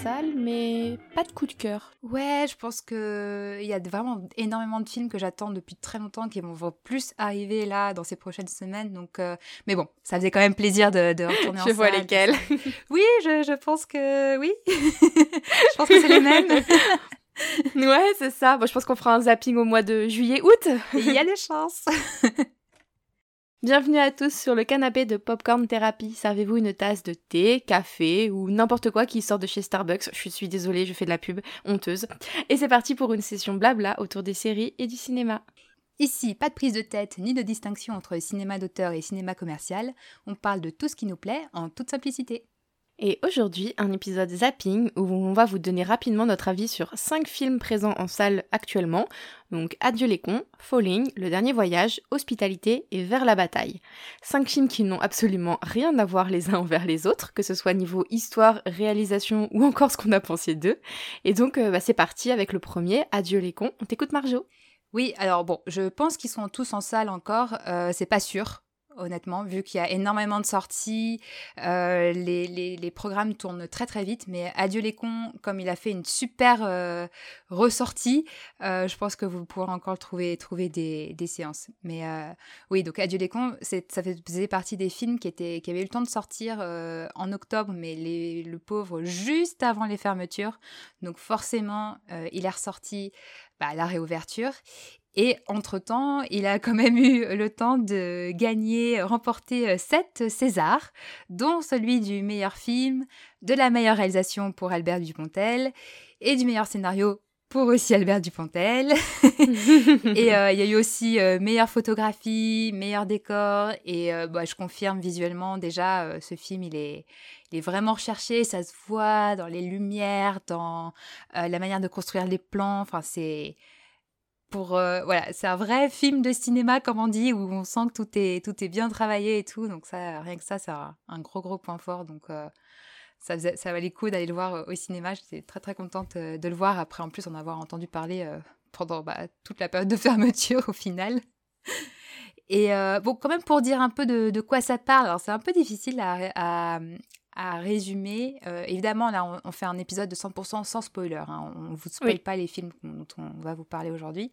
salle, mais pas de coup de cœur. Ouais, je pense qu'il y a vraiment énormément de films que j'attends depuis très longtemps qui vont plus arriver là dans ces prochaines semaines. Donc, mais bon, ça faisait quand même plaisir de retourner en salle. Je vois lesquels. Oui, je pense que oui. Je pense que c'est les mêmes. Ouais, c'est ça. Bon, je pense qu'on fera un zapping au mois de juillet-août. Il y a des chances. Bienvenue à tous sur le canapé de Popcorn Therapy. Servez-vous une tasse de thé, café ou n'importe quoi qui sort de chez Starbucks. Je suis désolée, je fais de la pub, honteuse. Et c'est parti pour une session blabla autour des séries et du cinéma. Ici, pas de prise de tête ni de distinction entre cinéma d'auteur et cinéma commercial. On parle de tout ce qui nous plaît en toute simplicité. Et aujourd'hui, un épisode zapping où on va vous donner rapidement notre avis sur 5 films présents en salle actuellement. Donc Adieu les cons, Falling, Le Dernier Voyage, Hospitalité et Vers la bataille. 5 films qui n'ont absolument rien à voir les uns envers les autres, que ce soit niveau histoire, réalisation ou encore ce qu'on a pensé d'eux. Et donc c'est parti avec le premier, Adieu les cons. On t'écoute Marjo. Oui, alors bon, je pense qu'ils sont tous en salle encore, c'est pas sûr. Honnêtement, vu qu'il y a énormément de sorties, les programmes tournent très très vite, mais Adieu les cons, comme il a fait une super ressortie, je pense que vous pourrez encore trouver des séances. Mais oui, donc Adieu les cons, ça faisait partie des films qui avaient eu le temps de sortir en octobre, mais le pauvre juste avant les fermetures. Donc forcément, il est ressorti à la réouverture. Et entre-temps, il a quand même eu le temps de remporter 7 Césars, dont celui du meilleur film, de la meilleure réalisation pour Albert Dupontel et du meilleur scénario pour aussi Albert Dupontel. Et il y a eu aussi meilleure photographie, meilleur décor. Et je confirme visuellement déjà, ce film, il est vraiment recherché. Ça se voit dans les lumières, dans la manière de construire les plans. Enfin, c'est c'est un vrai film de cinéma, comme on dit, où on sent que tout est bien travaillé et tout. Donc ça, rien que ça, c'est un gros point fort. Donc ça valait le coup d'aller le voir au cinéma. J'étais très très contente de le voir après en plus en avoir entendu parler pendant toute la période de fermeture au final. Et quand même pour dire un peu de quoi ça parle. Alors c'est un peu difficile à résumer. Évidemment, là, on fait un épisode de 100% sans spoiler. Hein. On ne vous spoil pas les films dont on va vous parler aujourd'hui.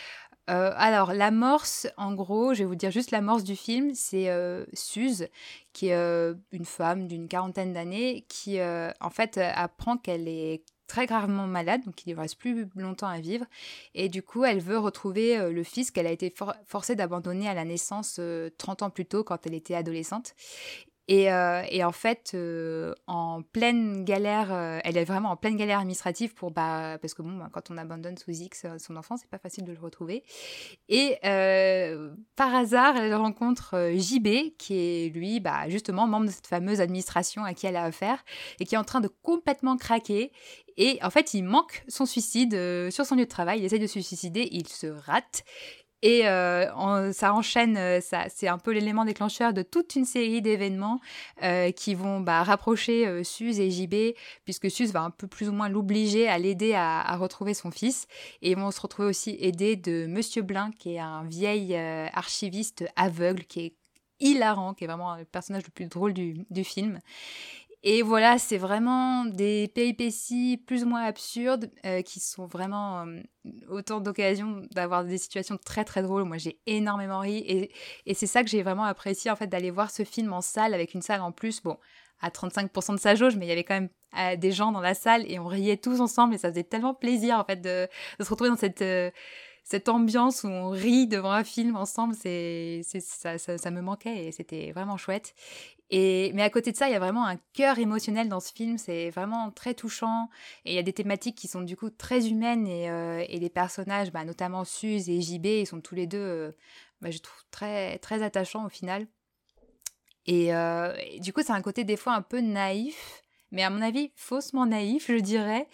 Alors, l'amorce, en gros, je vais vous dire juste l'amorce du film, c'est Suze, qui est une femme d'une 40aine d'années, qui, en fait, apprend qu'elle est très gravement malade, donc il ne lui reste plus longtemps à vivre. Et du coup, elle veut retrouver le fils qu'elle a été forcée d'abandonner à la naissance 30 ans plus tôt, quand elle était adolescente. Et en fait, en pleine galère, elle est vraiment en pleine galère administrative parce que quand on abandonne sous X son enfant, c'est pas facile de le retrouver. Et par hasard, elle rencontre JB, qui est lui, justement, membre de cette fameuse administration à qui elle a affaire, et qui est en train de complètement craquer. Et en fait, il manque son suicide sur son lieu de travail. Il essaye de se suicider, il se rate. Et ça enchaîne, c'est un peu l'élément déclencheur de toute une série d'événements qui vont rapprocher Suze et JB, puisque Suze va un peu plus ou moins l'obliger à l'aider à retrouver son fils. Et ils vont se retrouver aussi aidés de Monsieur Blin, qui est un vieil archiviste aveugle, qui est hilarant, qui est vraiment le personnage le plus drôle du film. Et voilà, c'est vraiment des péripéties plus ou moins absurdes qui sont vraiment autant d'occasions d'avoir des situations très très drôles. Moi, j'ai énormément ri et c'est ça que j'ai vraiment apprécié en fait d'aller voir ce film en salle avec une salle en plus, à 35% de sa jauge, mais il y avait quand même des gens dans la salle et on riait tous ensemble et ça faisait tellement plaisir en fait de se retrouver dans cette ambiance où on rit devant un film ensemble. Ça me manquait et c'était vraiment chouette. Mais à côté de ça, il y a vraiment un cœur émotionnel dans ce film, c'est vraiment très touchant et il y a des thématiques qui sont du coup très humaines et les personnages, notamment Suze et JB, ils sont tous les deux, je trouve très, très attachants au final. Et du coup, c'est un côté des fois un peu naïf, mais à mon avis, faussement naïf, je dirais,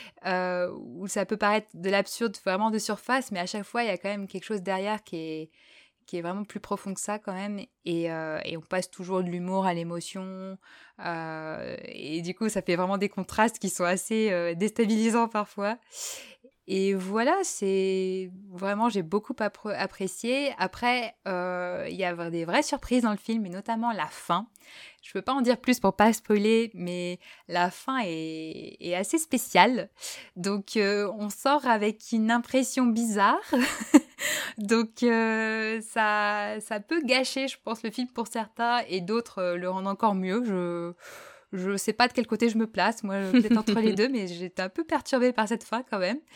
où ça peut paraître de l'absurde vraiment de surface, mais à chaque fois, il y a quand même quelque chose derrière qui est vraiment plus profond que ça quand même, et on passe toujours de l'humour à l'émotion, et du coup ça fait vraiment des contrastes qui sont assez déstabilisants parfois. Et voilà, c'est vraiment, j'ai beaucoup apprécié. Après, il y a des vraies surprises dans le film, et notamment la fin. Je peux pas en dire plus pour pas spoiler, mais la fin est assez spéciale. Donc, on sort avec une impression bizarre. Donc, ça peut gâcher, je pense, le film pour certains, et d'autres le rendent encore mieux. Je sais pas de quel côté je me place, moi, peut-être entre les deux, mais j'étais un peu perturbée par cette fin quand même.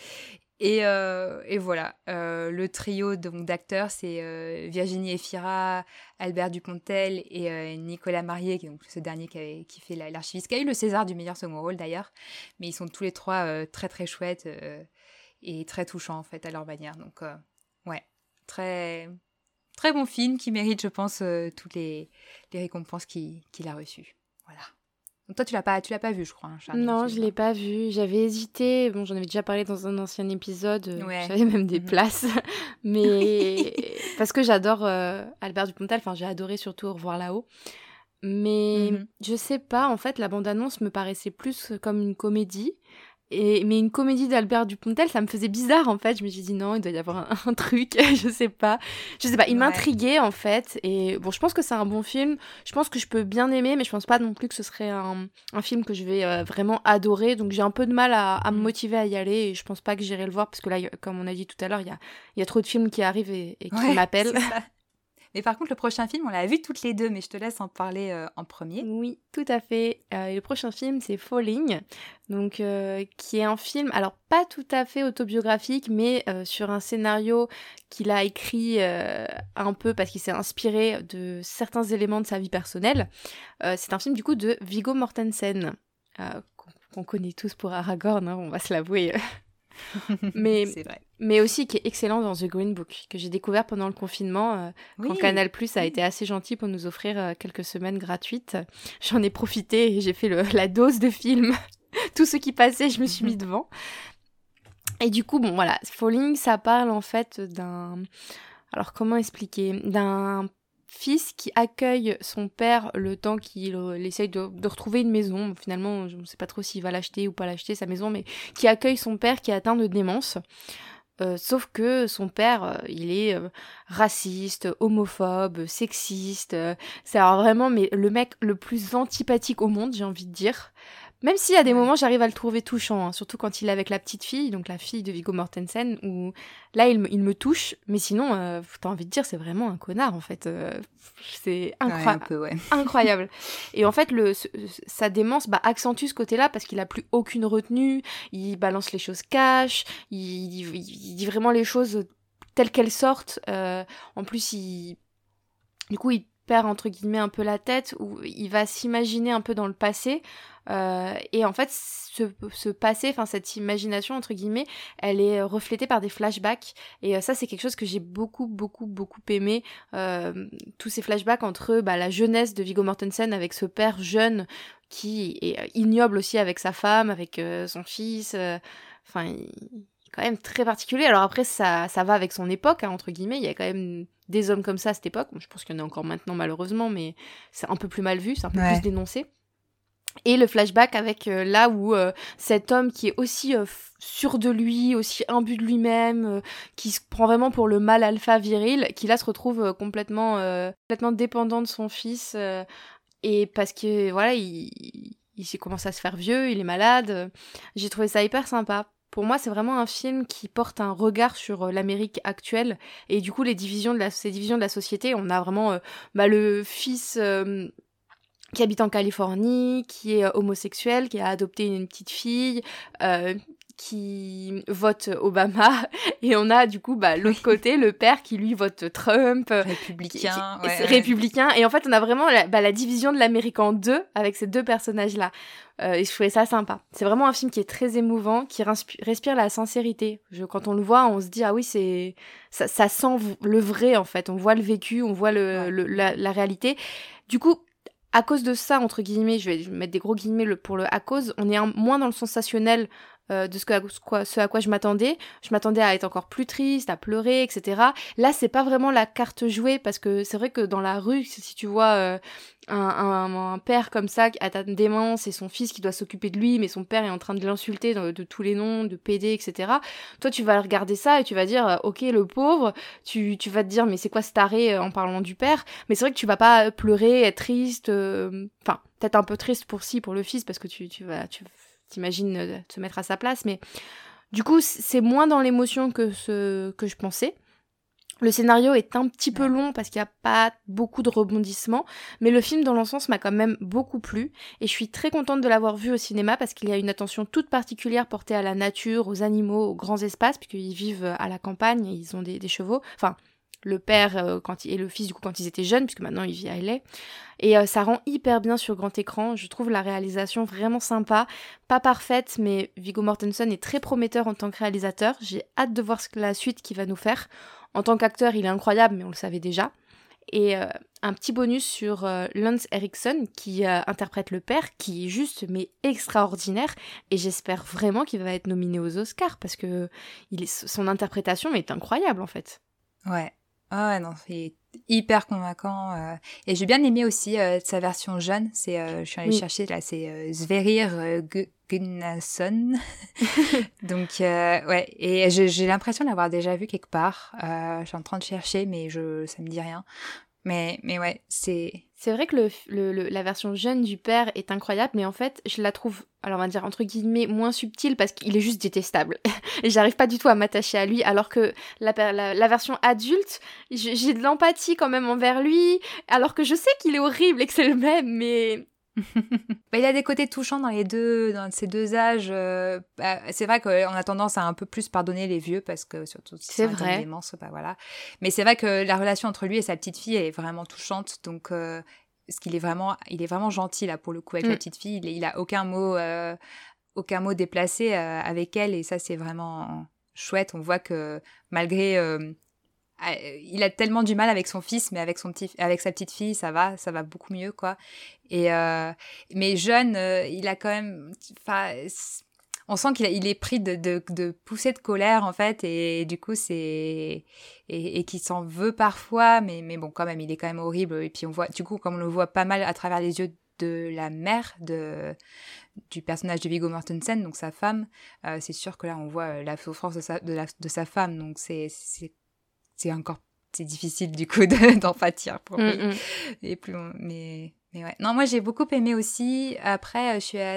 Et voilà, le trio donc d'acteurs, c'est Virginie Efira, Albert Dupontel et Nicolas Marié, donc ce dernier qui fait l'archiviste, qui a eu le César du meilleur second rôle d'ailleurs. Mais ils sont tous les trois très très chouettes et très touchants en fait à leur manière. Donc ouais, très très bon film qui mérite, je pense, toutes les récompenses qu'il a reçues. Voilà. Donc toi, tu l'as pas vu, je crois, hein, Charlie, Non, je celui-là. l'ai pas vu. J'avais hésité. Bon, j'en avais déjà parlé dans un ancien épisode. Ouais. J'avais même des places. Mais parce que j'adore Albert Dupontel. Enfin, j'ai adoré surtout Au revoir là-haut. Mais je sais pas, en fait, la bande-annonce me paraissait plus comme une comédie. Mais une comédie d'Albert Dupontel, ça me faisait bizarre, en fait. Je me suis dit, non, il doit y avoir un truc, je sais pas. Il m'intriguait, en fait. Et bon, je pense que c'est un bon film. Je pense que je peux bien aimer, mais je pense pas non plus que ce serait un film que je vais vraiment adorer. Donc j'ai un peu de mal à me motiver à y aller. Et je pense pas que j'irai le voir, parce que là, comme on a dit tout à l'heure, il y a trop de films qui arrivent et qui m'appellent. C'est ça. Mais par contre, le prochain film, on l'a vu toutes les deux, mais je te laisse en parler en premier. Oui, tout à fait. Et le prochain film, c'est Falling, donc qui est un film, alors pas tout à fait autobiographique, mais sur un scénario qu'il a écrit un peu parce qu'il s'est inspiré de certains éléments de sa vie personnelle. C'est un film du coup de Viggo Mortensen, qu'on connaît tous pour Aragorn, hein, on va se l'avouer. C'est vrai. Mais aussi qui est excellent dans The Green Book, que j'ai découvert pendant le confinement, quand Canal+ a été assez gentil pour nous offrir quelques semaines gratuites. J'en ai profité et j'ai fait la dose de films. Tout ce qui passait, je me suis mis devant. Et du coup, bon voilà, Falling, ça parle en fait alors comment expliquer ? D'un fils qui accueille son père le temps qu'il essaye de retrouver une maison. Finalement, je ne sais pas trop s'il va l'acheter ou pas l'acheter, sa maison, mais qui accueille son père qui est atteint de démence. Sauf que son père, il est raciste, homophobe, sexiste. C'est alors vraiment le mec le plus antipathique au monde, j'ai envie de dire. Même si à des moments j'arrive à le trouver touchant, hein, surtout quand il est avec la petite fille, donc la fille de Viggo Mortensen, où là il me touche, mais sinon t'as envie de dire c'est vraiment un connard en fait, c'est incroyable. Et en fait sa démence accentue ce côté-là parce qu'il a plus aucune retenue, il balance les choses cash, il dit vraiment les choses telles qu'elles sortent. En plus du coup il perd entre guillemets un peu la tête, où il va s'imaginer un peu dans le passé. Et en fait, ce passé, enfin cette imagination entre guillemets, elle est reflétée par des flashbacks. Et ça, c'est quelque chose que j'ai beaucoup aimé. Tous ces flashbacks entre la jeunesse de Viggo Mortensen avec ce père jeune qui est ignoble aussi avec sa femme, avec son fils. Enfin, il est quand même très particulier. Alors après, ça va avec son époque, hein, entre guillemets. Il y a quand même des hommes comme ça à cette époque. Bon, je pense qu'il y en a encore maintenant malheureusement, mais c'est un peu plus mal vu, c'est un peu plus dénoncé. Et le flashback avec là où cet homme qui est aussi sûr de lui, aussi imbu de lui-même, qui se prend vraiment pour le mâle alpha viril, qui là se retrouve complètement dépendant de son fils, et parce que voilà, il commence à se faire vieux, il est malade. J'ai trouvé ça hyper sympa. Pour moi, c'est vraiment un film qui porte un regard sur l'Amérique actuelle et du coup ces divisions de la société. On a vraiment le fils qui habite en Californie, qui est homosexuel, qui a adopté une petite fille, qui vote Obama, et on a du coup l'autre côté, le père qui lui vote Trump, républicain, républicain, et en fait on a vraiment la division de l'Amérique en deux avec ces deux personnages-là. Et je trouvais ça sympa. C'est vraiment un film qui est très émouvant, qui respire la sincérité. Quand on le voit, on se dit ah oui, ça sent le vrai en fait. On voit le vécu, on voit la réalité. Du coup, à cause de ça, entre guillemets, je vais mettre des gros guillemets pour à cause, on est moins dans le sensationnel de ce à quoi je m'attendais. Je m'attendais à être encore plus triste, à pleurer, etc. Là, c'est pas vraiment la carte jouée, parce que c'est vrai que dans la rue, si tu vois un père comme ça, atteint de démence, et son fils qui doit s'occuper de lui, mais son père est en train de l'insulter de tous les noms, de PD, etc. Toi, tu vas regarder ça et tu vas dire, ok, le pauvre, tu vas te dire, mais c'est quoi ce taré en parlant du père? Mais c'est vrai que tu vas pas pleurer, être triste, enfin, peut-être un peu triste pour le fils, parce que tu t'imagines te mettre à sa place, mais du coup, c'est moins dans l'émotion que je pensais. Le scénario est un petit peu long parce qu'il n'y a pas beaucoup de rebondissements, mais le film dans l'ensemble m'a quand même beaucoup plu, et je suis très contente de l'avoir vu au cinéma parce qu'il y a une attention toute particulière portée à la nature, aux animaux, aux grands espaces, puisqu'ils vivent à la campagne et ils ont des chevaux, enfin le père et le fils du coup quand ils étaient jeunes, puisque maintenant il vit à LA. Et ça rend hyper bien sur grand écran. Je trouve la réalisation vraiment sympa, pas parfaite, mais Viggo Mortensen est très prometteur en tant que réalisateur. J'ai hâte de voir la suite qu'il va nous faire. En tant qu'acteur, il est incroyable, mais on le savait déjà. Et un petit bonus sur Lance Henriksen, qui interprète le père, qui est juste mais extraordinaire, et j'espère vraiment qu'il va être nominé aux Oscars, parce que son interprétation est incroyable en fait. Ouais. Ah ouais, non, c'est hyper convaincant. Et j'ai bien aimé aussi sa version jeune. Je suis allée chercher, là, c'est Sverrir Gunnarsson. Donc, ouais, et j'ai l'impression d'avoir déjà vu quelque part. Je suis en train de chercher, mais ça me dit rien. Mais ouais, c'est... C'est vrai que la version jeune du père est incroyable, mais en fait, je la trouve, alors on va dire entre guillemets, moins subtile, parce qu'il est juste détestable. Et j'arrive pas du tout à m'attacher à lui, alors que la version adulte, j'ai de l'empathie quand même envers lui, alors que je sais qu'il est horrible et que c'est le même, mais... Bah, il a des côtés touchants dans ces deux âges. C'est vrai qu'on a tendance à un peu plus pardonner les vieux, parce que surtout si c'est vrai. Une démence, bah voilà. Mais c'est vrai que la relation entre lui et sa petite fille est vraiment touchante. Donc, parce qu'il est vraiment gentil là pour le coup avec la petite fille. Il a aucun mot déplacé avec elle, et ça c'est vraiment chouette. On voit que malgré il a tellement du mal avec son fils, mais avec sa petite fille, ça va beaucoup mieux, quoi. Et mais jeune, il a quand même, enfin, on sent qu'il est pris de poussées de colère en fait, et du coup et qu'il s'en veut parfois, mais bon, quand même, il est quand même horrible. Et puis on voit, du coup, comme on le voit pas mal à travers les yeux de la mère du personnage de Viggo Mortensen, donc sa femme, c'est sûr que là on voit la souffrance de sa femme, donc c'est difficile du coup d'en pâtir pour lui. Et mais ouais. Non, moi j'ai beaucoup aimé aussi. Après,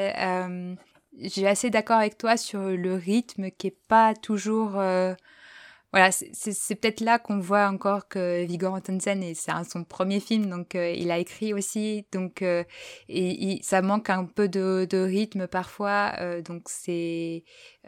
j'ai assez d'accord avec toi sur le rythme qui est pas toujours. Voilà, c'est peut-être là qu'on voit encore que Viggo Mortensen, et c'est son premier film, donc il a écrit aussi, donc ça manque un peu de rythme parfois, donc c'est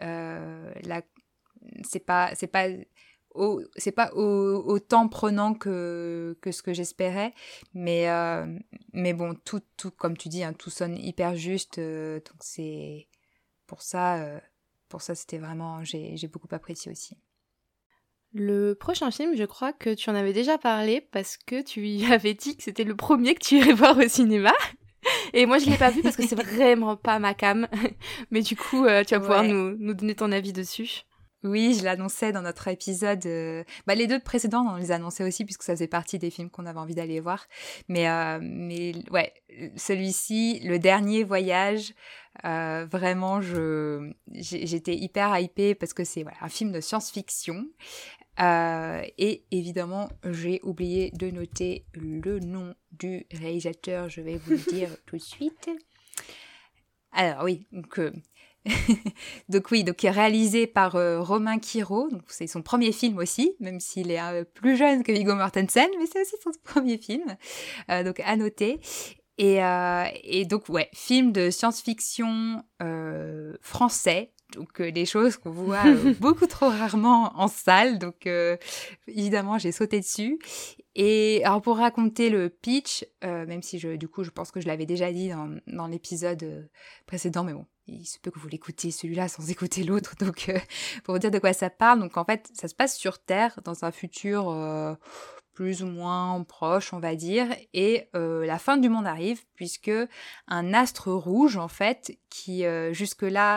pas autant prenant que ce que j'espérais, mais bon, tout comme tu dis, hein, tout sonne hyper juste, donc c'est pour ça c'était vraiment, j'ai beaucoup apprécié aussi. Le prochain film, je crois que tu en avais déjà parlé, parce que tu avais dit que c'était le premier que tu irais voir au cinéma. Et moi, je l'ai pas vu parce que c'est vraiment pas ma came. Mais du coup, tu vas pouvoir nous donner ton avis dessus. Oui, je l'annonçais dans notre épisode. Les deux précédents, on les annonçait aussi puisque ça faisait partie des films qu'on avait envie d'aller voir. Mais ouais, celui-ci, Le Dernier Voyage, vraiment, j'étais hyper hypée parce que c'est un film de science-fiction. Et évidemment, j'ai oublié de noter le nom du réalisateur. Je vais vous le dire tout de suite. Alors oui, donc il est réalisé par Romain Quiro, donc c'est son premier film aussi, même s'il est plus jeune que Viggo Mortensen, mais c'est aussi son premier film, donc à noter. Et donc ouais, film de science-fiction français, donc les choses qu'on voit beaucoup trop rarement en salle, donc évidemment j'ai sauté dessus. Et alors pour raconter le pitch, même si je pense que je l'avais déjà dit dans l'épisode précédent, mais bon, il se peut que vous l'écoutiez celui-là sans écouter l'autre, donc pour vous dire de quoi ça parle. Donc en fait, ça se passe sur Terre dans un futur plus ou moins proche, on va dire, et la fin du monde arrive puisque un astre rouge, en fait, qui jusque-là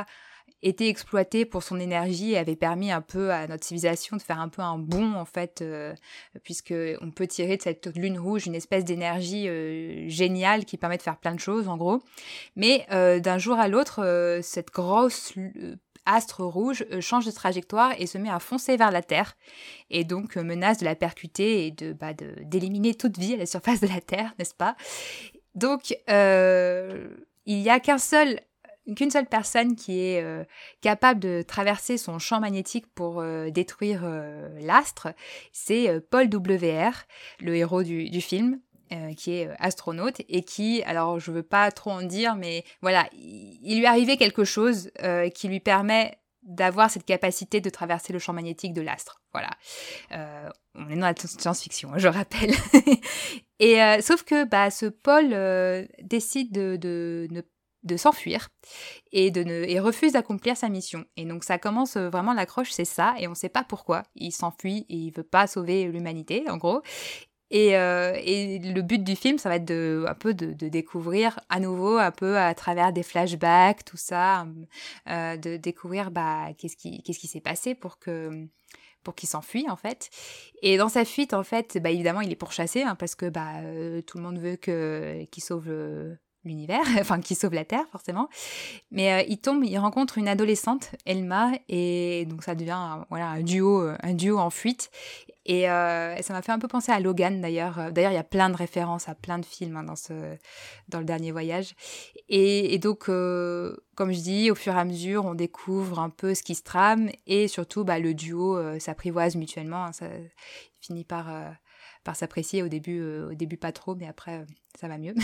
été exploité pour son énergie et avait permis un peu à notre civilisation de faire un peu un bond, en fait, puisque on peut tirer de cette lune rouge une espèce d'énergie géniale qui permet de faire plein de choses, en gros. Mais d'un jour à l'autre, cette grosse astre rouge change de trajectoire et se met à foncer vers la Terre et donc menace de la percuter et d'éliminer toute vie à la surface de la Terre, n'est-ce pas? Donc, il n'y a qu'une seule personne qui est capable de traverser son champ magnétique pour détruire l'astre, c'est Paul W.R., le héros du film, qui est astronaute et qui, alors je veux pas trop en dire, mais voilà, il lui est arrivé quelque chose qui lui permet d'avoir cette capacité de traverser le champ magnétique de l'astre. Voilà. On est dans la science-fiction, je rappelle. Et sauf que ce Paul décide de s'enfuir et refuse d'accomplir sa mission. Et donc ça commence vraiment, l'accroche, c'est ça, et on sait pas pourquoi. Il s'enfuit et il veut pas sauver l'humanité, en gros. Et le but du film, ça va être un peu de découvrir à nouveau, un peu à travers des flashbacks, tout ça, de découvrir qu'est-ce qui s'est passé pour qu'il s'enfuit, en fait. Et dans sa fuite, en fait, évidemment, il est pourchassé, parce que tout le monde veut qu'il sauve l'univers, enfin qu'il sauve la Terre, forcément. Mais il rencontre une adolescente, Elma, et donc ça devient un duo en fuite. Et ça m'a fait un peu penser à Logan, d'ailleurs. D'ailleurs, il y a plein de références à plein de films dans le dernier voyage. Et donc, comme je dis, au fur et à mesure, on découvre un peu ce qui se trame. Et surtout, le duo s'apprivoise mutuellement. Ça finit par s'apprécier au début pas trop, mais après ça va mieux.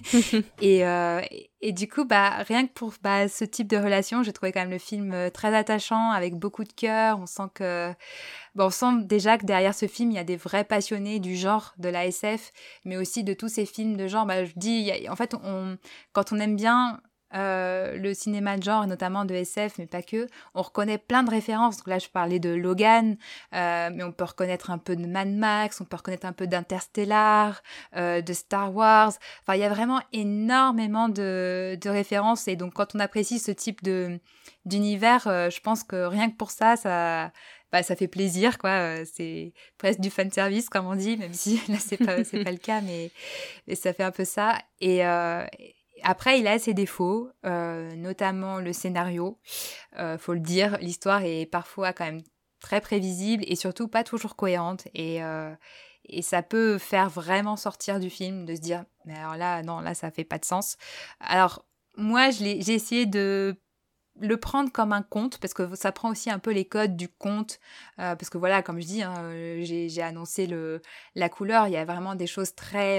et du coup, rien que pour ce type de relation, j'ai trouvé quand même le film très attachant, avec beaucoup de cœur. On sent déjà que derrière ce film, il y a des vrais passionnés du genre de la SF, mais aussi de tous ces films de genre. Je dis, en fait, quand on aime bien le cinéma de genre, notamment de SF, mais pas que, on reconnaît plein de références. Donc là, je parlais de Logan, mais on peut reconnaître un peu de Mad Max, on peut reconnaître un peu d'Interstellar, de Star Wars. Enfin, il y a vraiment énormément de références. Et donc, quand on apprécie ce type d'univers, je pense que rien que pour ça ça fait plaisir, quoi. C'est presque du fan service, comme on dit, même si là, c'est pas le cas, mais ça fait un peu ça. Et après, il a ses défauts, notamment le scénario. Faut le dire, l'histoire est parfois quand même très prévisible et surtout pas toujours cohérente. Et ça peut faire vraiment sortir du film, de se dire, mais alors là, non, là, ça fait pas de sens. Alors, moi, j'ai essayé de le prendre comme un conte, parce que ça prend aussi un peu les codes du conte, parce que voilà, comme je dis, j'ai annoncé la couleur, il y a vraiment des choses très...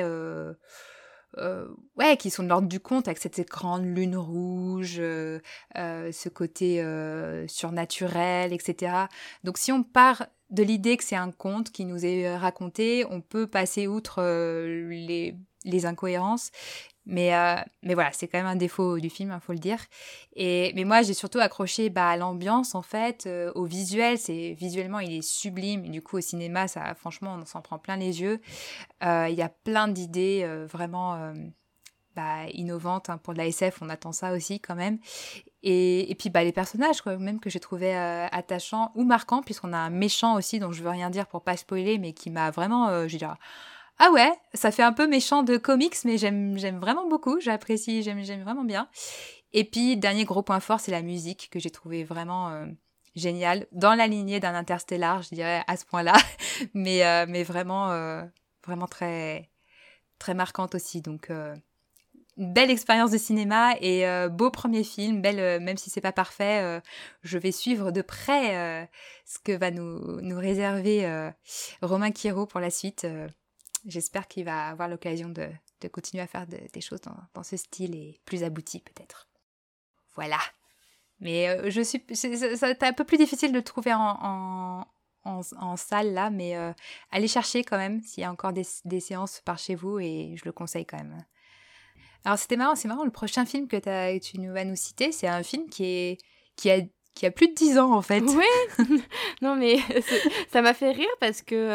qui sont de l'ordre du conte, avec cette grande lune rouge, ce côté surnaturel, etc. Donc si on part de l'idée que c'est un conte qui nous est raconté, on peut passer outre les incohérences. Mais voilà, c'est quand même un défaut du film, faut le dire. Mais moi, j'ai surtout accroché à l'ambiance, en fait, au visuel. Visuellement, il est sublime. Et du coup, au cinéma, ça, franchement, on s'en prend plein les yeux. Il y a plein d'idées vraiment innovantes. Pour de la SF, on attend ça aussi, quand même. Et puis, les personnages, quoi, même que j'ai trouvé attachants ou marquants, puisqu'on a un méchant aussi, dont je veux rien dire pour pas spoiler, mais qui m'a vraiment... j'ai dit, ah ouais, ça fait un peu méchant de comics, mais j'aime vraiment beaucoup, j'apprécie, j'aime vraiment bien. Et puis, dernier gros point fort, c'est la musique, que j'ai trouvé vraiment géniale, dans la lignée d'un Interstellar, je dirais, à ce point-là, mais vraiment, vraiment très, très marquante aussi. Donc, une belle expérience de cinéma et beau premier film, même si c'est pas parfait, je vais suivre de près ce que va nous réserver Romain Quiro pour la suite. J'espère qu'il va avoir l'occasion de continuer à faire des choses dans ce style et plus abouti peut-être. Voilà. Mais c'est un peu plus difficile de le trouver en salle là, mais allez chercher quand même s'il y a encore des séances par chez vous, et je le conseille quand même. Alors c'est marrant, le prochain film que tu vas nous citer, c'est un film qui a plus de 10 ans en fait. Ouais. Non mais ça m'a fait rire parce que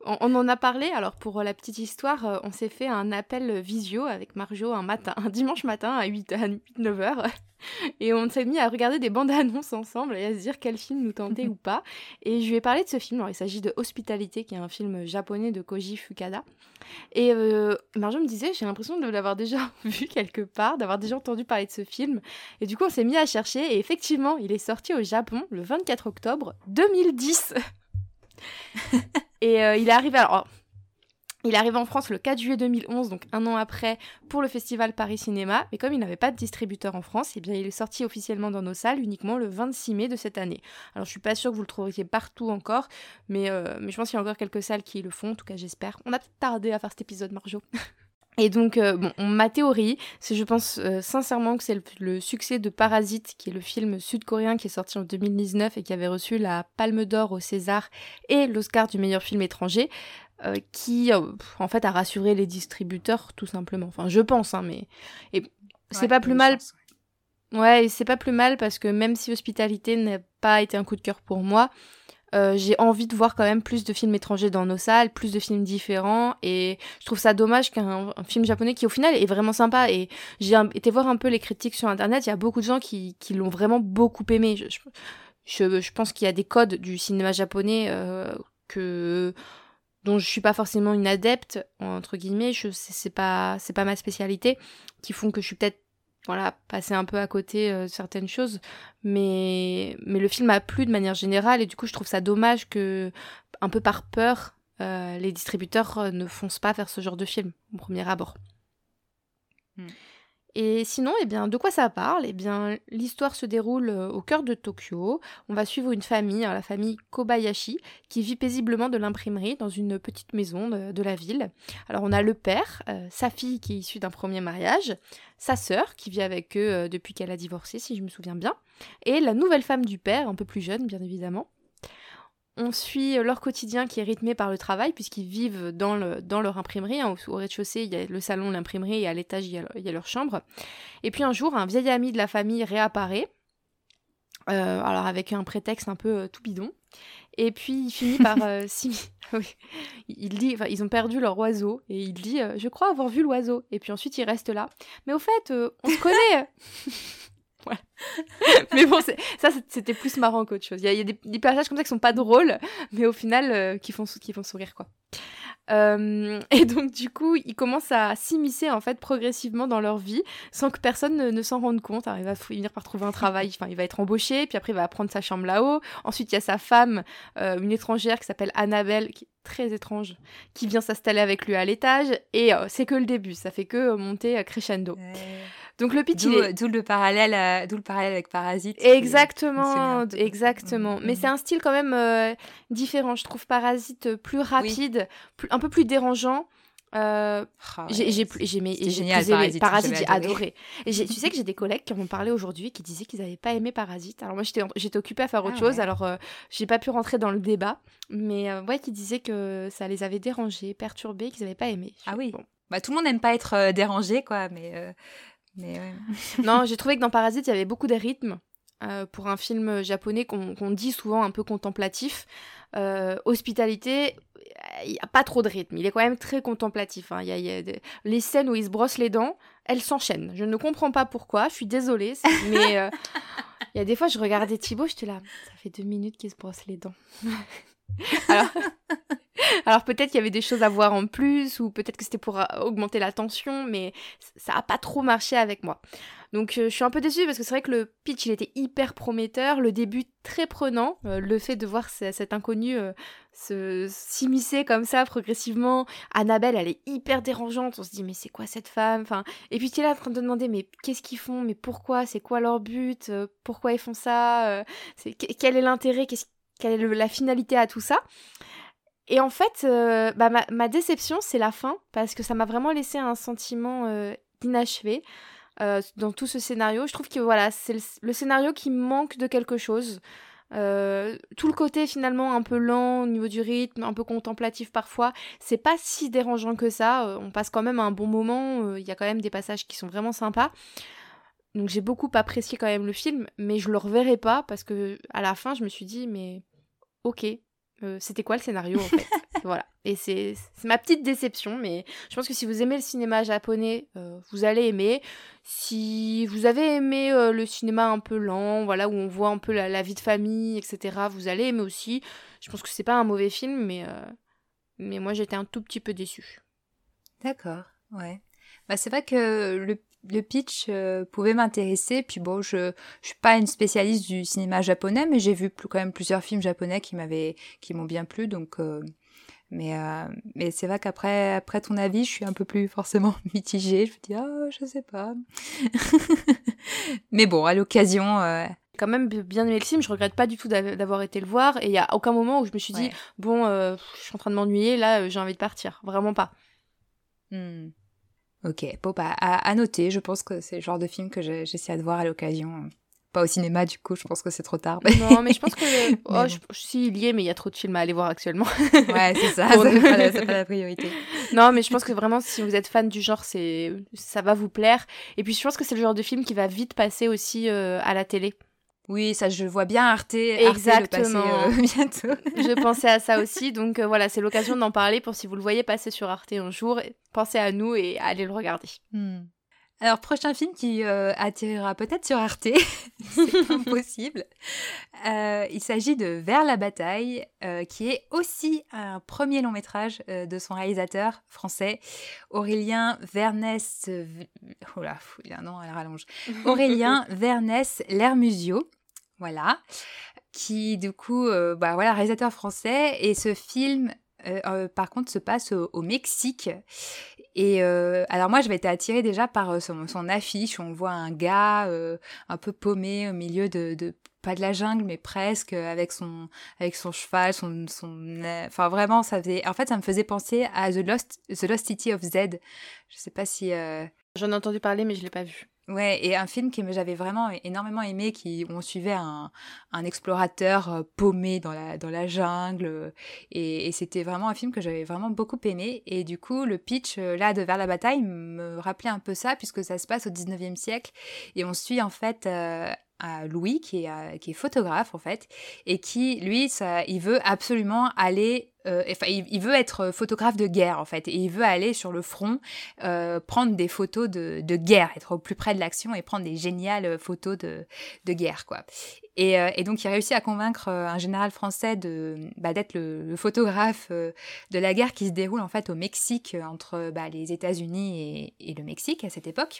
on en a parlé. Alors pour la petite histoire, on s'est fait un appel visio avec Marjo un dimanche matin à 8-9 heures. Et on s'est mis à regarder des bandes annonces ensemble et à se dire quel film nous tentait ou pas. Et je lui ai parlé de ce film. Alors, il s'agit de Hospitalité, qui est un film japonais de Koji Fukada. Et Marjo me disait, j'ai l'impression de l'avoir déjà vu quelque part, d'avoir déjà entendu parler de ce film. Et du coup, on s'est mis à chercher. Et effectivement, il est sorti au Japon le 24 octobre 2010. Et il est arrivé... Alors, il est arrivé en France le 4 juillet 2011, donc un an après, pour le festival Paris Cinéma. Mais comme il n'avait pas de distributeur en France, eh bien, il est sorti officiellement dans nos salles uniquement le 26 mai de cette année. Alors, je suis pas sûre que vous le trouverez partout encore, mais je pense qu'il y a encore quelques salles qui le font, en tout cas, j'espère. On a peut-être tardé à faire cet épisode, Marjo. Et donc, ma théorie, c'est je pense sincèrement que c'est le succès de Parasite, qui est le film sud-coréen qui est sorti en 2019 et qui avait reçu la Palme d'Or au César et l'Oscar du meilleur film étranger, qui en fait a rassuré les distributeurs tout simplement. Enfin, je pense, hein, mais et c'est pas plus mal. Ouais, c'est pas plus mal parce que même si Hospitalité n'a pas été un coup de cœur pour moi, j'ai envie de voir quand même plus de films étrangers dans nos salles, plus de films différents, et je trouve ça dommage qu'un film japonais qui au final est vraiment sympa, et j'ai été voir un peu les critiques sur internet, il y a beaucoup de gens qui l'ont vraiment beaucoup aimé. Je pense qu'il y a des codes du cinéma japonais dont je suis pas forcément une adepte, entre guillemets, c'est pas ma spécialité, qui font que je suis peut-être passer un peu à côté de certaines choses, mais le film a plu de manière générale, et du coup je trouve ça dommage que, un peu par peur, les distributeurs ne foncent pas vers ce genre de film au premier abord. Et sinon, eh bien, de quoi ça parle ? Eh bien, l'histoire se déroule au cœur de Tokyo. On va suivre une famille, la famille Kobayashi, qui vit paisiblement de l'imprimerie dans une petite maison de la ville. Alors, on a le père, sa fille qui est issue d'un premier mariage, sa sœur qui vit avec eux depuis qu'elle a divorcé, si je me souviens bien, et la nouvelle femme du père, un peu plus jeune, bien évidemment. On suit leur quotidien qui est rythmé par le travail, puisqu'ils vivent dans leur imprimerie. Au rez-de-chaussée, il y a le salon, l'imprimerie, et à l'étage, il y a leur chambre. Et puis un jour, un vieil ami de la famille réapparaît, alors avec un prétexte un peu tout bidon. Et puis il finit par... oui. Il dit, ils ont perdu leur oiseau, et il dit « Je crois avoir vu l'oiseau ». Et puis ensuite, il reste là. Mais au fait, on se connaît. Voilà. Mais bon, c'était plus marrant qu'autre chose. Il y a des passages comme ça qui sont pas drôles, mais au final qui font sourire, quoi. Et donc du coup, ils commencent à s'immiscer en fait progressivement dans leur vie, sans que personne ne s'en rende compte. Alors, il va finir par trouver un travail, enfin il va être embauché, puis après il va prendre sa chambre là-haut. Ensuite il y a sa femme, une étrangère qui s'appelle Annabelle, qui est très étrange, qui vient s'installer avec lui à l'étage, et c'est que le début, ça fait que monter crescendo. Donc le pitch, d'où le parallèle avec Parasite. Exactement. Mais c'est un style quand même différent. Je trouve Parasite plus rapide, un peu plus dérangeant. J'ai génial, Parasite, j'ai adoré. Et tu sais que j'ai des collègues qui m'ont parlé aujourd'hui, qui disaient qu'ils n'avaient pas aimé Parasite. Alors moi j'étais occupée à faire autre chose, alors j'ai pas pu rentrer dans le débat, mais qui disaient que ça les avait dérangés, perturbés, qu'ils n'avaient pas aimé. Oui. Bon. Bah, tout le monde n'aime pas être dérangé, quoi, mais ouais. Non, j'ai trouvé que dans Parasite, il y avait beaucoup de rythme. Pour un film japonais qu'on dit souvent un peu contemplatif. Hospitalité, il n'y a pas trop de rythme. Il est quand même très contemplatif. Hein. Les scènes où il se brosse les dents, elles s'enchaînent. Je ne comprends pas pourquoi, je suis désolée. Mais il y a des fois, je regardais Thibaut, j'étais là, ça fait 2 minutes qu'il se brosse les dents. Alors peut-être qu'il y avait des choses à voir en plus, ou peut-être que c'était pour augmenter la tension, mais ça n'a pas trop marché avec moi. Donc je suis un peu déçue parce que c'est vrai que le pitch il était hyper prometteur, le début très prenant, le fait de voir cet inconnu s'immiscer comme ça progressivement. Annabelle, elle est hyper dérangeante, on se dit mais c'est quoi cette femme, enfin, et puis tu es là en train de te demander mais qu'est-ce qu'ils font, mais pourquoi, c'est quoi leur but, pourquoi ils font ça, quel est l'intérêt, quelle est la finalité à tout ça. Et en fait, ma déception, c'est la fin, parce que ça m'a vraiment laissé un sentiment inachevé dans tout ce scénario. Je trouve que c'est le scénario qui manque de quelque chose. Tout le côté finalement un peu lent au niveau du rythme, un peu contemplatif parfois, c'est pas si dérangeant que ça. On passe quand même un bon moment, il y a quand même des passages qui sont vraiment sympas. Donc j'ai beaucoup apprécié quand même le film, mais je le reverrai pas, parce que à la fin, je me suis dit, mais ok. C'était quoi le scénario en fait? Voilà. Et c'est ma petite déception, mais je pense que si vous aimez le cinéma japonais, vous allez aimer. Si vous avez aimé le cinéma un peu lent, voilà, où on voit un peu la vie de famille, etc., vous allez aimer aussi. Je pense que c'est pas un mauvais film, mais moi j'étais un tout petit peu déçue. D'accord, ouais. Bah, c'est vrai que le pitch pouvait m'intéresser. Puis bon, je suis pas une spécialiste du cinéma japonais, mais j'ai vu quand même plusieurs films japonais qui m'ont bien plu. Donc, mais c'est vrai après ton avis, je suis un peu plus forcément mitigée. Je me dis, ah, je sais pas. Mais bon, à l'occasion. Quand même bien aimé le film, je regrette pas du tout d'avoir été le voir, et il y a aucun moment où je me suis dit, bon, je suis en train de m'ennuyer, là, j'ai envie de partir. Vraiment pas. Ok, bon bah à noter, je pense que c'est le genre de film que j'essaie de voir à l'occasion. Pas au cinéma du coup, je pense que c'est trop tard. Non, mais je pense que si, il y est, mais il y a trop de films à aller voir actuellement. Ouais, c'est ça, c'est pas la priorité. Non, mais je pense que vraiment, si vous êtes fan du genre, ça va vous plaire. Et puis je pense que c'est le genre de film qui va vite passer aussi à la télé. Oui, ça je vois bien Arte Exactement. le passer bientôt. Je pensais à ça aussi, donc voilà, c'est l'occasion d'en parler pour si vous le voyez passer sur Arte un jour, pensez à nous et allez le regarder. Alors, prochain film qui atterrira peut-être sur Arte, c'est impossible. Il s'agit de Vers la bataille, qui est aussi un premier long métrage de son réalisateur français, Aurélien Vernès... Oh là, il a un nom à la rallonge. Aurélien Vernès Lermusio, voilà, qui du coup, voilà, réalisateur français, et ce film... par contre, se passe au Mexique. Et alors moi, j'avais été attirée déjà par son affiche où on voit un gars un peu paumé au milieu de pas de la jungle, mais presque, avec son cheval, enfin vraiment, ça me faisait penser à The Lost City of Z. Je sais pas si... J'en ai entendu parler, mais je l'ai pas vu. Ouais, et un film que j'avais vraiment énormément aimé, où on suivait un explorateur paumé dans la jungle, et c'était vraiment un film que j'avais vraiment beaucoup aimé. Et du coup, le pitch là de Vers la bataille me rappelait un peu ça, puisque ça se passe au 19e siècle, et on suit en fait à Louis qui est photographe en fait, et qui lui il veut absolument aller il veut être photographe de guerre en fait, et il veut aller sur le front prendre des photos de guerre, être au plus près de l'action et prendre des géniales photos de guerre quoi. Et donc il réussit à convaincre un général français d'être le photographe de la guerre qui se déroule en fait au Mexique, entre les États-Unis et le Mexique à cette époque.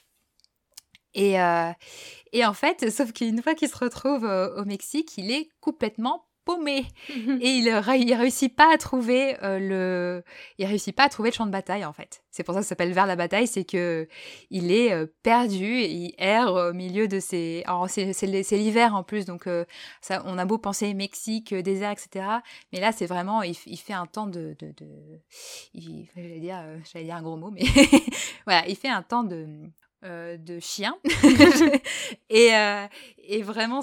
Et en fait, sauf qu'une fois qu'il se retrouve au Mexique, il est complètement paumé. Et il réussit pas à trouver le champ de bataille, en fait. C'est pour ça que ça s'appelle Vers la bataille, c'est que il est perdu, et il erre au milieu de ses... Alors, c'est l'hiver en plus, donc ça, on a beau penser Mexique, désert, etc. Mais là, c'est vraiment... Il fait un temps j'allais dire un gros mot, mais voilà, il fait un temps de chien. Et vraiment,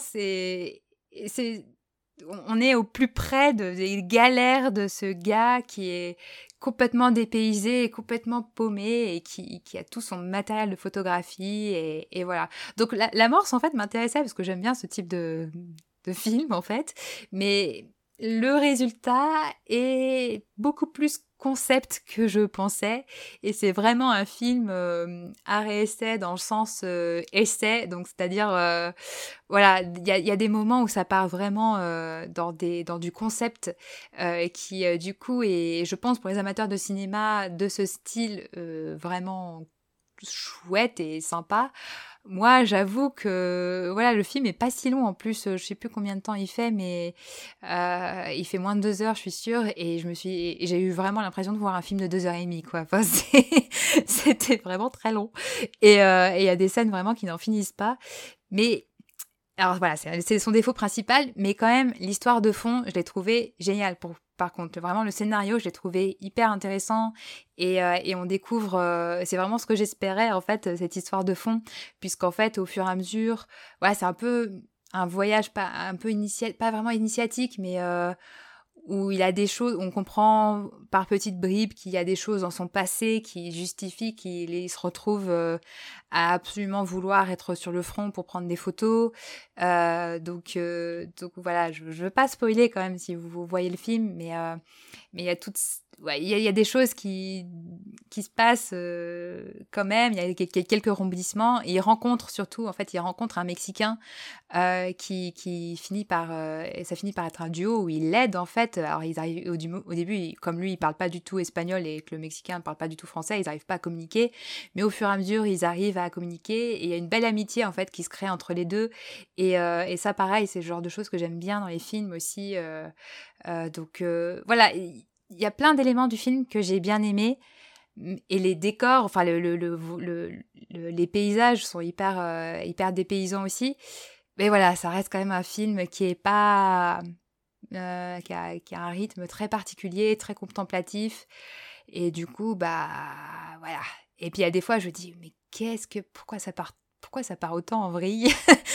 on est au plus près des galères de ce gars qui est complètement dépaysé et complètement paumé, et qui a tout son matériel de photographie, et voilà. Donc l'amorce en fait m'intéressait parce que j'aime bien ce type de film en fait, mais le résultat est beaucoup plus concept que je pensais, et c'est vraiment un film art et essai dans le sens essai, donc c'est-à-dire voilà, il y a des moments où ça part vraiment dans du concept qui du coup est, je pense, pour les amateurs de cinéma de ce style, vraiment chouette et sympa. Moi, j'avoue que voilà, le film est pas si long en plus. Je sais plus combien de temps il fait, mais il fait moins de 2 heures, je suis sûre. Et j'ai eu vraiment l'impression de voir un film de 2h30, quoi. Enfin, c'était vraiment très long. Et il y a des scènes vraiment qui n'en finissent pas. Mais alors voilà, c'est son défaut principal, mais quand même, l'histoire de fond, je l'ai trouvé géniale. Par contre, vraiment, le scénario, je l'ai trouvé hyper intéressant, et on découvre, c'est vraiment ce que j'espérais, en fait, cette histoire de fond, puisqu'en fait, au fur et à mesure, voilà, c'est un peu un voyage pas vraiment initiatique, mais où il a des choses, on comprend par petites bribes qu'il y a des choses dans son passé qui justifient qu'il se retrouve à absolument vouloir être sur le front pour prendre des photos. Donc voilà, je veux pas spoiler quand même si vous voyez le film, mais il y a il y a des choses qui se passent quand même. Il y a quelques rebondissements. Et il rencontre un Mexicain qui finit par et ça finit par être un duo où il l'aide en fait. Alors ils arrivent au début, comme lui il parle pas du tout espagnol et que le Mexicain ne parle pas du tout français, ils n'arrivent pas à communiquer, mais au fur et à mesure ils arrivent à communiquer et il y a une belle amitié en fait qui se crée entre les deux et ça pareil, c'est le genre de choses que j'aime bien dans les films aussi. Donc voilà, il y a plein d'éléments du film que j'ai bien aimés. Et les décors, enfin les paysages sont hyper dépaysants aussi. Mais voilà, ça reste quand même un film qui est pas qui a un rythme très particulier, très contemplatif. Et du coup, bah voilà. Et puis il y a des fois, je dis mais pourquoi ça part autant en vrille.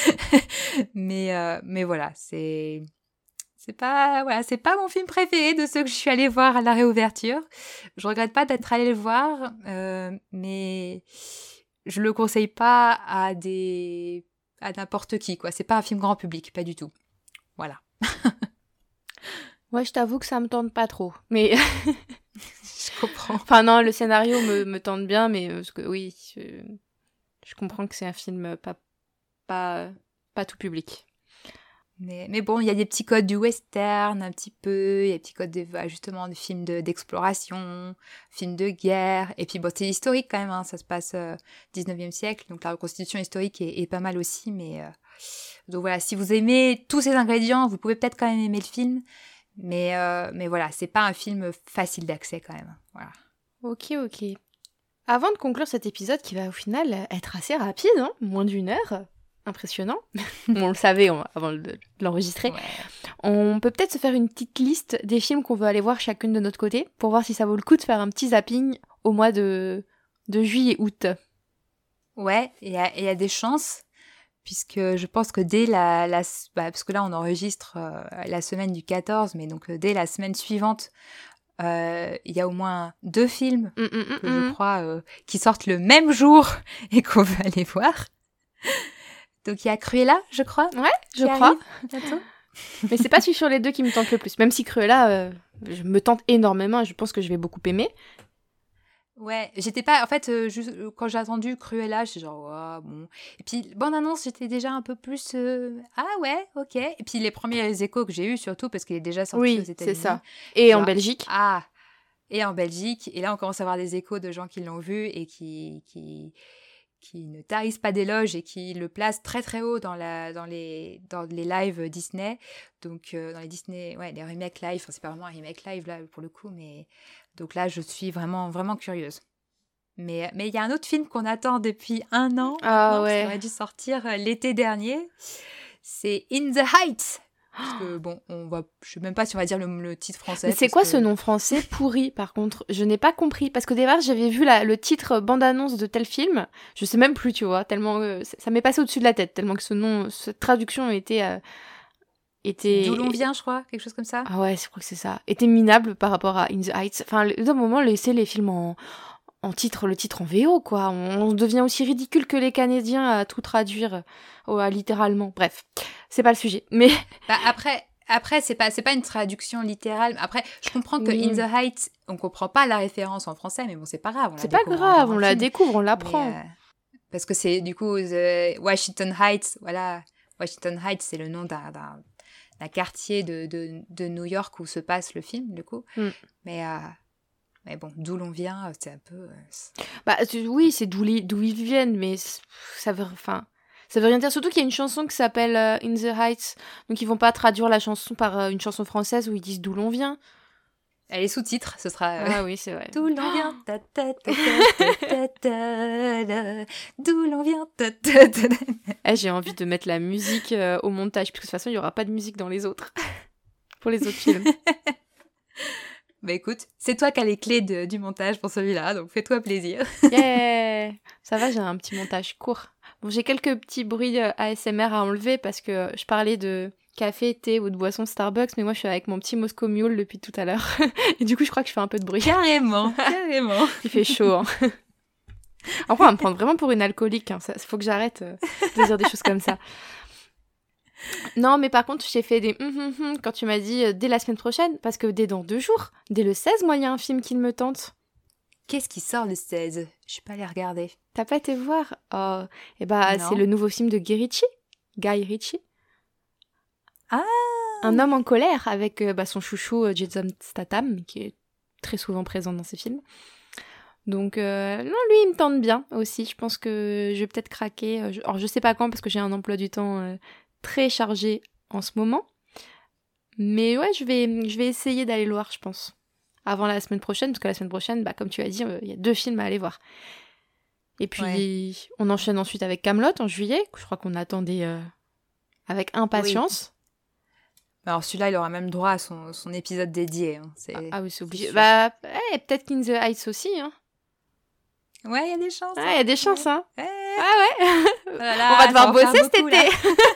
Mais voilà, c'est pas mon film préféré de ceux que je suis allée voir à la réouverture. Je regrette pas d'être allée le voir, mais je le conseille pas à n'importe qui, quoi. C'est pas un film grand public, pas du tout. Voilà. Ouais, je t'avoue que ça me tente pas trop, mais je comprends. Enfin non, le scénario me tente bien, mais parce que oui, je comprends que c'est un film pas tout public. Mais bon, il y a des petits codes du western un petit peu, il y a des petits codes justement de films d'exploration, films de guerre, et puis bon, c'est historique quand même, hein, ça se passe 19e siècle, donc la reconstitution historique est pas mal aussi, mais donc voilà, si vous aimez tous ces ingrédients, vous pouvez peut-être quand même aimer le film, mais voilà, c'est pas un film facile d'accès quand même, voilà. Ok. Avant de conclure cet épisode qui va au final être assez rapide, hein, moins d'1 heure, impressionnant, on le savait avant de l'enregistrer, ouais. On peut peut-être se faire une petite liste des films qu'on veut aller voir chacune de notre côté, pour voir si ça vaut le coup de faire un petit zapping au mois de juillet-août. Ouais, il y a des chances, puisque je pense que dès parce que là on enregistre la semaine du 14, mais donc dès la semaine suivante, il y a au moins 2 films que je crois qui sortent le même jour et qu'on veut aller voir. Donc il y a Cruella, je crois. Ouais, je crois. Bientôt. Mais c'est pas celui sur les 2 qui me tente le plus. Même si Cruella je me tente énormément et je pense que je vais beaucoup aimer. Ouais, j'étais pas... En fait, juste, quand j'ai attendu Cruella, j'étais genre, oh, bon... Et puis, bande-annonce, j'étais déjà un peu plus... Ah ouais, ok. Et puis les premiers échos que j'ai eus, surtout, parce qu'il est déjà sorti aux États-Unis. Oui, c'est ça. Et genre, en Belgique. Ah, et en Belgique. Et là, on commence à avoir des échos de gens qui l'ont vu et qui ne tarissent pas d'éloges et qui le placent très très haut dans les lives Disney, donc dans les Disney, ouais, les remakes live, enfin c'est pas vraiment un remake live là pour le coup, mais donc là je suis vraiment vraiment curieuse. Mais il y a un autre film qu'on attend depuis 1 an, ouais. qui aurait dû sortir l'été dernier, c'est In the Heights. Parce que bon, je sais même pas si on va dire le titre français. Mais c'est quoi ce nom français pourri par contre? Je n'ai pas compris parce qu'au départ j'avais vu le titre bande-annonce de tel film, je sais même plus, tu vois, tellement ça m'est passé au-dessus de la tête, tellement que cette traduction était D'où l'on vient, je crois, quelque chose comme ça. Ah ouais, je crois que c'est ça. Était minable par rapport à In the Heights. Enfin, d'un moment laisser les films en titre, le titre en VO, quoi. On devient aussi ridicule que les Canadiens à tout traduire littéralement. Bref, c'est pas le sujet. Mais après c'est pas une traduction littérale. Après, je comprends que In the Heights, on comprend pas la référence en français, mais bon, c'est pas grave. C'est pas grave, on la découvre, on l'apprend. Parce que c'est du coup Washington Heights, voilà. Washington Heights, c'est le nom d'un quartier de New York où se passe le film, du coup. Mais bon, d'où l'on vient, c'est un peu... oui, c'est d'où ils viennent, mais ça veut rien dire. Surtout qu'il y a une chanson qui s'appelle In the Heights, donc ils vont pas traduire la chanson par une chanson française où ils disent d'où l'on vient. Elle est sous-titre, ce sera... Ah oui, c'est vrai. D'où l'on vient, ta ta ta ta ta ta, d'où l'on vient, ta ta ta ta. J'ai envie de mettre la musique au montage, parce que de toute façon, il y aura pas de musique dans les autres. Pour les autres films. Bah écoute, c'est toi qui as les clés du montage pour celui-là, donc fais-toi plaisir. Yeah. Ça va, j'ai un petit montage court. Bon, j'ai quelques petits bruits ASMR à enlever parce que je parlais de café, thé ou de boisson Starbucks, mais moi je suis avec mon petit Moscow Mule depuis tout à l'heure. Et du coup, je crois que je fais un peu de bruit. Carrément. Il fait chaud. Hein. Après, on va me prendre vraiment pour une alcoolique. Hein. Faut que j'arrête de dire des choses comme ça. Non, mais par contre, j'ai fait des quand tu m'as dit dès la semaine prochaine, parce que dès dans 2 jours, dès le 16, moi, il y a un film qui me tente. Qu'est-ce qui sort le 16 ? Je suis pas allée regarder. T'as pas été voir ? Oh, et bah, c'est le nouveau film de Guy Ritchie. Ah ! Un homme en colère avec son chouchou Jason Statham, qui est très souvent présent dans ses films. Donc, non, lui, il me tente bien aussi. Je pense que je vais peut-être craquer. Alors, je sais pas quand, parce que j'ai un emploi du temps très chargé en ce moment. Mais ouais, je vais essayer d'aller le voir, je pense. Avant la semaine prochaine, parce que la semaine prochaine, comme tu as dit, il y a 2 films à aller voir. Et puis, on enchaîne ensuite avec Kaamelott en juillet. Je crois qu'on attendait avec impatience. Oui. Alors celui-là, il aura même droit à son épisode dédié. Hein. Ah oui, c'est obligé. Peut-être qu'In the Heights aussi. Hein. Ouais, il y a des chances. Ouais, il y a des chances. Hein. Ouais. Ah ouais. Voilà, on va devoir bosser cet été.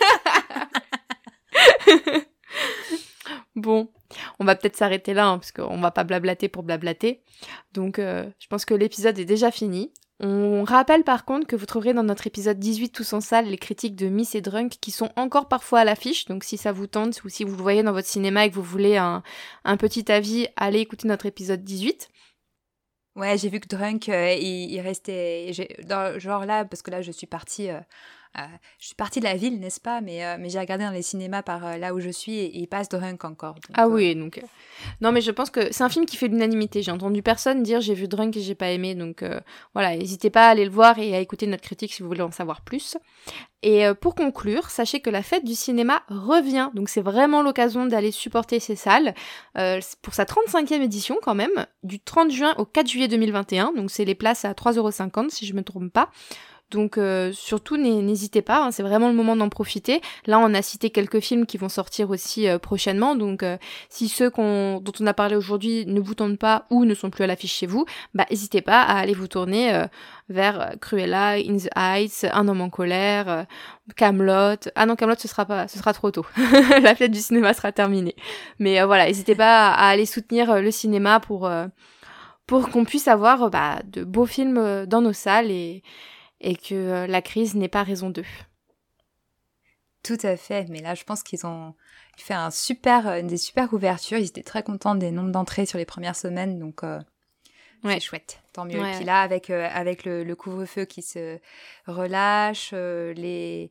Bon, on va peut-être s'arrêter là, hein, parce qu'on va pas blablater pour blablater. Donc, je pense que l'épisode est déjà fini. On rappelle par contre que vous trouverez dans notre épisode 18 Tous en salle les critiques de Miss et Drunk qui sont encore parfois à l'affiche. Donc si ça vous tente ou si vous le voyez dans votre cinéma et que vous voulez un petit avis, allez écouter notre épisode 18. Ouais, j'ai vu que Drunk, il restait... genre là, parce que là, je suis partie de la ville, n'est-ce pas ? Mais j'ai regardé dans les cinémas par là où je suis et il passe Drunk encore. Donc, oui, donc... Non, mais je pense que c'est un film qui fait l'unanimité. J'ai entendu personne dire « j'ai vu Drunk et j'ai pas aimé ». Donc voilà, n'hésitez pas à aller le voir et à écouter notre critique si vous voulez en savoir plus. Et pour conclure, sachez que la fête du cinéma revient. Donc c'est vraiment l'occasion d'aller supporter ces salles. Pour sa 35e édition quand même, du 30 juin au 4 juillet 2021. Donc c'est les places à 3,50 € si je me trompe pas. Donc surtout n'hésitez pas, hein, c'est vraiment le moment d'en profiter. Là on a cité quelques films qui vont sortir aussi prochainement, donc si ceux dont on a parlé aujourd'hui ne vous tentent pas ou ne sont plus à l'affiche chez vous, n'hésitez pas à aller vous tourner vers Cruella, In the Heights, Un homme en colère, Kaamelott. Ah non, Kaamelott ce sera trop tôt. La fête du cinéma sera terminée. Mais voilà, n'hésitez pas à aller soutenir le cinéma pour qu'on puisse avoir de beaux films dans nos salles et que la crise n'est pas raison d'eux. Tout à fait, mais là je pense qu'ils ont fait des super ouvertures, ils étaient très contents des nombres d'entrées sur les premières semaines, donc c'est chouette, tant mieux. Et puis là, avec le couvre-feu qui se relâche, les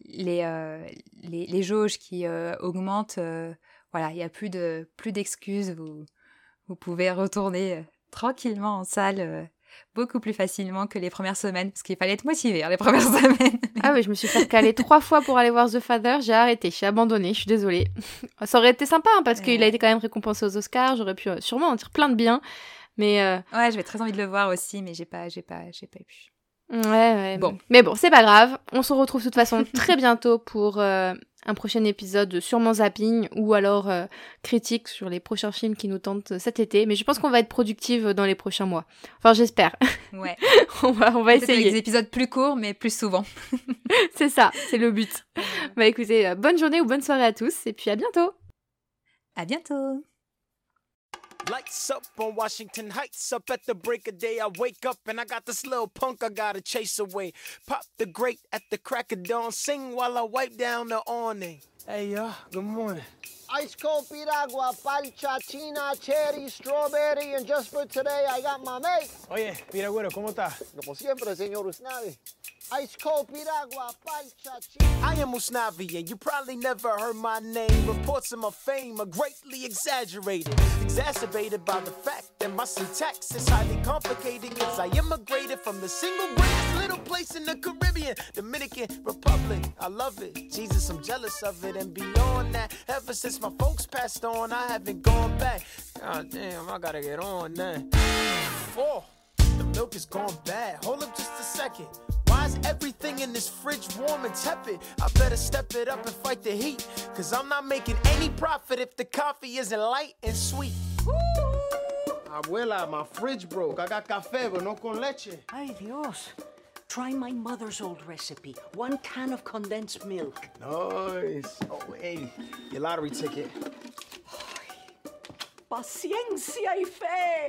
jauges qui augmentent, voilà, il n'y a plus d'excuses, vous pouvez retourner tranquillement en salle beaucoup plus facilement que les premières semaines, parce qu'il fallait être motivé les premières semaines. Ah oui, je me suis fait caler 3 fois pour aller voir The Father, j'ai arrêté, j'ai abandonné, je suis désolée. Ça aurait été sympa, hein, parce qu'il a été quand même récompensé aux Oscars, j'aurais pu sûrement en dire plein de bien, mais... Ouais, j'avais très envie de le voir aussi, mais j'ai pas pu. Ouais. Bon. Mais bon, c'est pas grave, on se retrouve de toute façon très bientôt pour... un prochain épisode sûrement zapping ou alors critique sur les prochains films qui nous tentent cet été. Mais je pense qu'on va être productive dans les prochains mois. Enfin, j'espère. Ouais. on va essayer. Avec des épisodes plus courts, mais plus souvent. C'est ça, c'est le but. Écoutez, bonne journée ou bonne soirée à tous et puis à bientôt. À bientôt. Lights up on Washington Heights, up at the break of day I wake up and I got this little punk I gotta chase away. Pop the grate at the crack of dawn, sing while I wipe down the awning. Hey y'all, good morning. Ice cold piragua, palcha, china, cherry, strawberry, and just for today I got my mate. Oye, Piragüero, ¿cómo está? Como siempre, señor Usnavi. Ice cold piragua, palcha, china. I am Usnavi, and you probably never heard my name. Reports of my fame are greatly exaggerated, exacerbated by the fact that my syntax is highly complicated. Cause I immigrated from the single greatest little place in the Caribbean, Dominican Republic. I love it, Jesus, I'm jealous of it, and beyond that, ever since my folks passed on, I haven't gone back. God damn, I gotta get on that. Oh, the milk is gone bad. Hold up just a second. Why is everything in this fridge warm and tepid? I better step it up and fight the heat, cause I'm not making any profit if the coffee isn't light and sweet. Abuela, my fridge broke. I got café, but no con leche. Ay, Dios. Try my mother's old recipe. 1 can of condensed milk. Nice. Oh, hey, your lottery ticket. Paciencia y fe.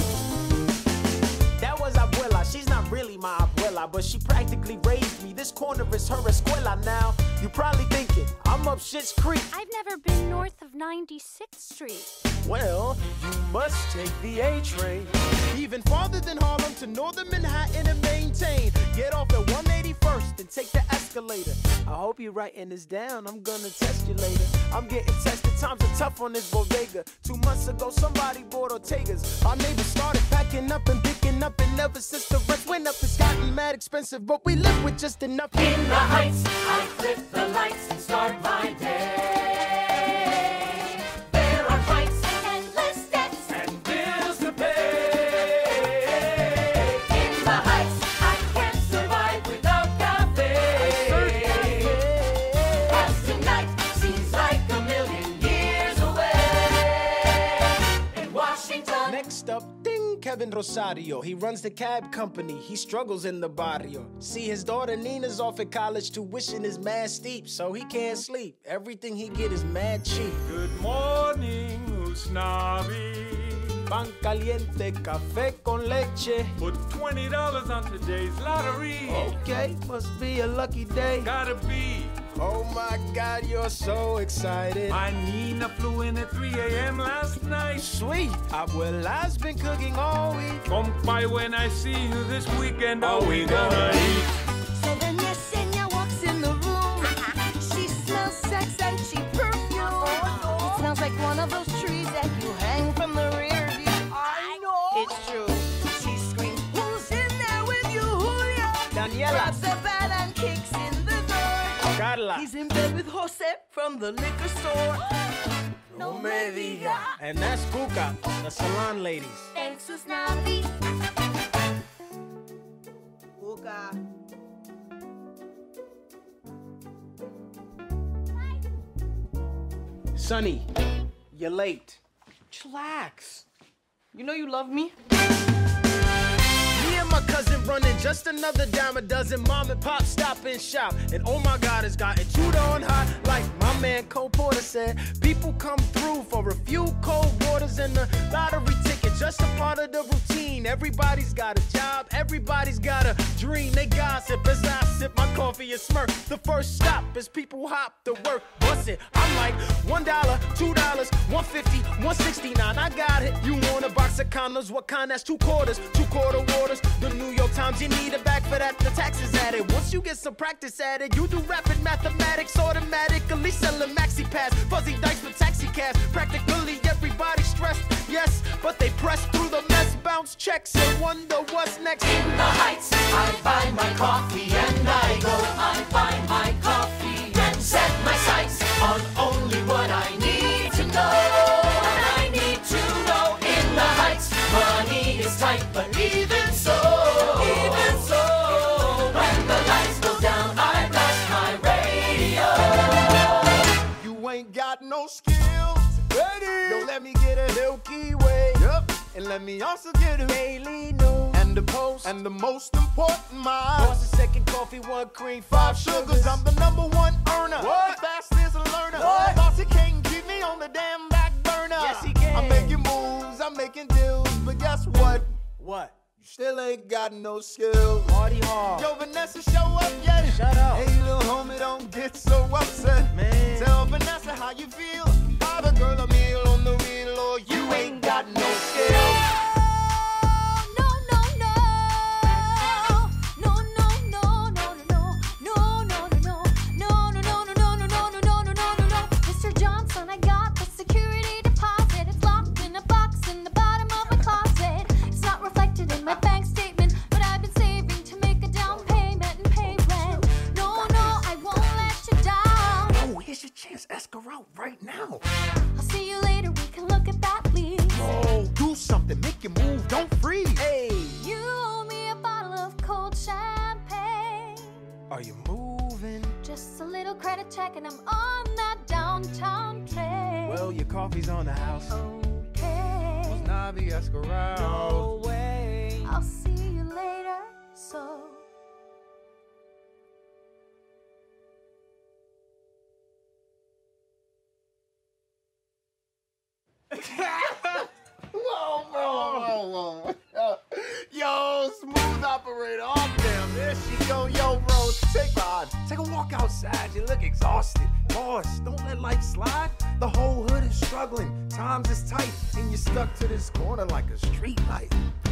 That was Abuela. She's not really my abuela, but she practically raised me. This corner is her escuela now. You probably thinking, I'm up Schitt's Creek. I've never been north of 96th Street. Well, you must take the A train. Even farther than Harlem to northern Manhattan and maintain. Get off at 181st and take the escalator. I hope you're writing this down. I'm gonna test you later. I'm getting tested. Times are tough on this bodega. 2 months ago, somebody bought Ortega's. Our neighbors started packing up and picking up, and ever since the rent went up, it's gotten mad expensive. But we live with just enough. In the Heights, I flip the lights and start my day. There are fights and endless debts and bills to pay. In the Heights, I can't survive without cafe. As tonight seems like a million years away. In Washington. Next up, ding, Kevin Rosario. He runs the cab company. He struggles in the barrio. See, his daughter Nina's off at college. Tuition is mad steep, so he can't sleep. Everything he get is mad cheap. Good morning, Usnavi. Pan caliente, café con leche. Put $20 on today's lottery. Okay, must be a lucky day. Gotta be. Oh my God, you're so excited. My Nina flew in at 3 a.m. last night. Sweet, Abuela's been cooking all week. Come by when I see you this weekend. Are we gonna eat? So then Yesenia walks in the room. She smells sex and she perfume. It smells like one of those trees that you hang from the rear view. I know. It's true. She screams, who's in there with you, Julia? Daniela. Grabs the bell and kicks in the door. Carla. He's in bed with Jose from the liquor store. No me diga. And that's Cuca, the salon ladies. En sus navi. Cuca. Sonny, you're late. Chillax. You know you love me? Me and my cousin running just another dime a dozen. Mom and pop stop and shop. And oh my God, it's gotten too darn hot. Like my man Cole Porter said, people come through for a few cold waters and the lottery ticket. Just a part of the routine. Everybody's got a job. Everybody's got a dream. They gossip as I sip my coffee and smirk. The first stop is people hop to work. Bust it. I'm like $1, $2, $1.50, $1.69. I got it. You want a box of condoms? What kind? That's 2 quarters. 2 quarter waters. The New York Times, you need a bag for that. The taxes added. Once you get some practice at it, you do rapid mathematics automatically. Selling maxi pass, fuzzy dice for taxi cabs. Practically everybody stressed, yes, but they press through the mess, bounce checks and wonder what's next. In the Heights, I buy my coffee and I go. I buy my coffee and set my sights on only what I need to know. And I need to know. In the Heights, money is tight, but even so, when the lights go down, I blast my radio. You ain't got no skills. Ready? Don't let me get a Milky Way. Yep. And let me also get a Daily News and the Post and the most important mile. What's the second coffee, 1 cream, 5 sugars? I'm the #1 earner. What? The fastest learner. What? Boss, he can't keep me on the damn back burner. Yes, he can. I'm making moves, I'm making deals, but guess what? What? You still ain't got no skills. Party hard. Yo, Vanessa, show up yet? Shut up. Hey, little homie, don't get so upset. Man. Tell Vanessa how you feel. Buy the girl a meal on the wheel, or you ain't got no skills. Ask her out right now. I'll see you later, we can look at that lead. Oh, do something, make your move, don't freeze. Hey. You owe me a bottle of cold champagne. Are you moving? Just a little credit check and I'm on that downtown train. Well, your coffee's on the house. Okay. Navi, ask her out. No way. I'll see you later, so Whoa. Yo, smooth operator. Oh, damn, there she go. Yo, bro, take a walk outside. You look exhausted. Boss, don't let life slide. The whole hood is struggling. Times is tight, and you're stuck to this corner like a street light.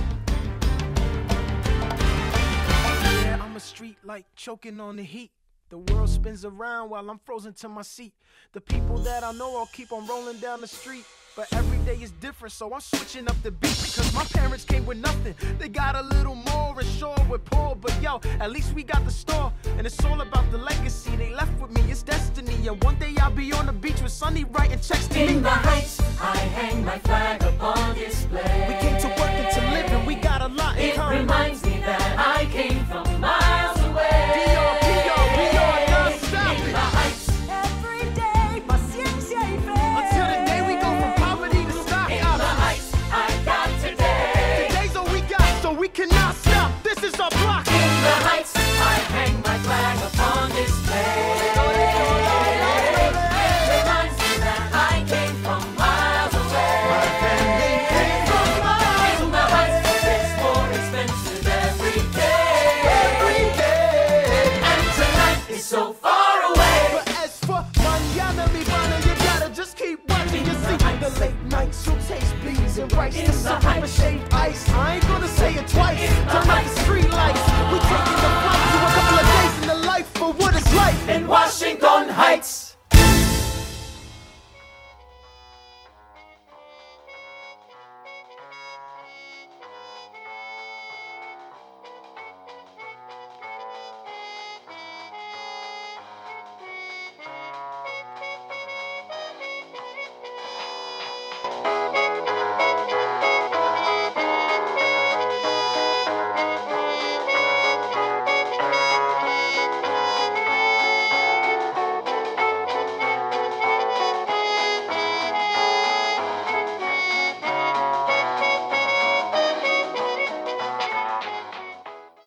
Yeah, I'm a street light choking on the heat. The world spins around while I'm frozen to my seat. The people that I know all keep on rolling down the street. But every day is different, so I'm switching up the beat. Cause my parents came with nothing. They got a little more and sure we're poor. But yo, at least we got the store. And it's all about the legacy they left with me. It's destiny. And one day I'll be on the beach with Sunny writing checks to me. In the heights, I hang my flag upon display. We came to work and to live and we got a lot in It common. reminds me that I came from miles away. P.R. non-stop In it. the heights, Every day, paciencia y fe. Until the day we go from poverty to stock. in the heights, I got today. Today's all we got, so we cannot stop. This is our block. In the heights, I hang my flag upon display. It reminds me that I came from miles away. My family came from miles In the heights, it's more expensive every day. every day. And tonight is so far away. But as for mañana, mi pana, you gotta just keep watching. You see the late nights, you'll taste beans and rice. The super shaved ice. I ain't gonna say it twice. Turn out the street lights. We taking the flight to a couple of days in the life for what it's like. In Washington Heights.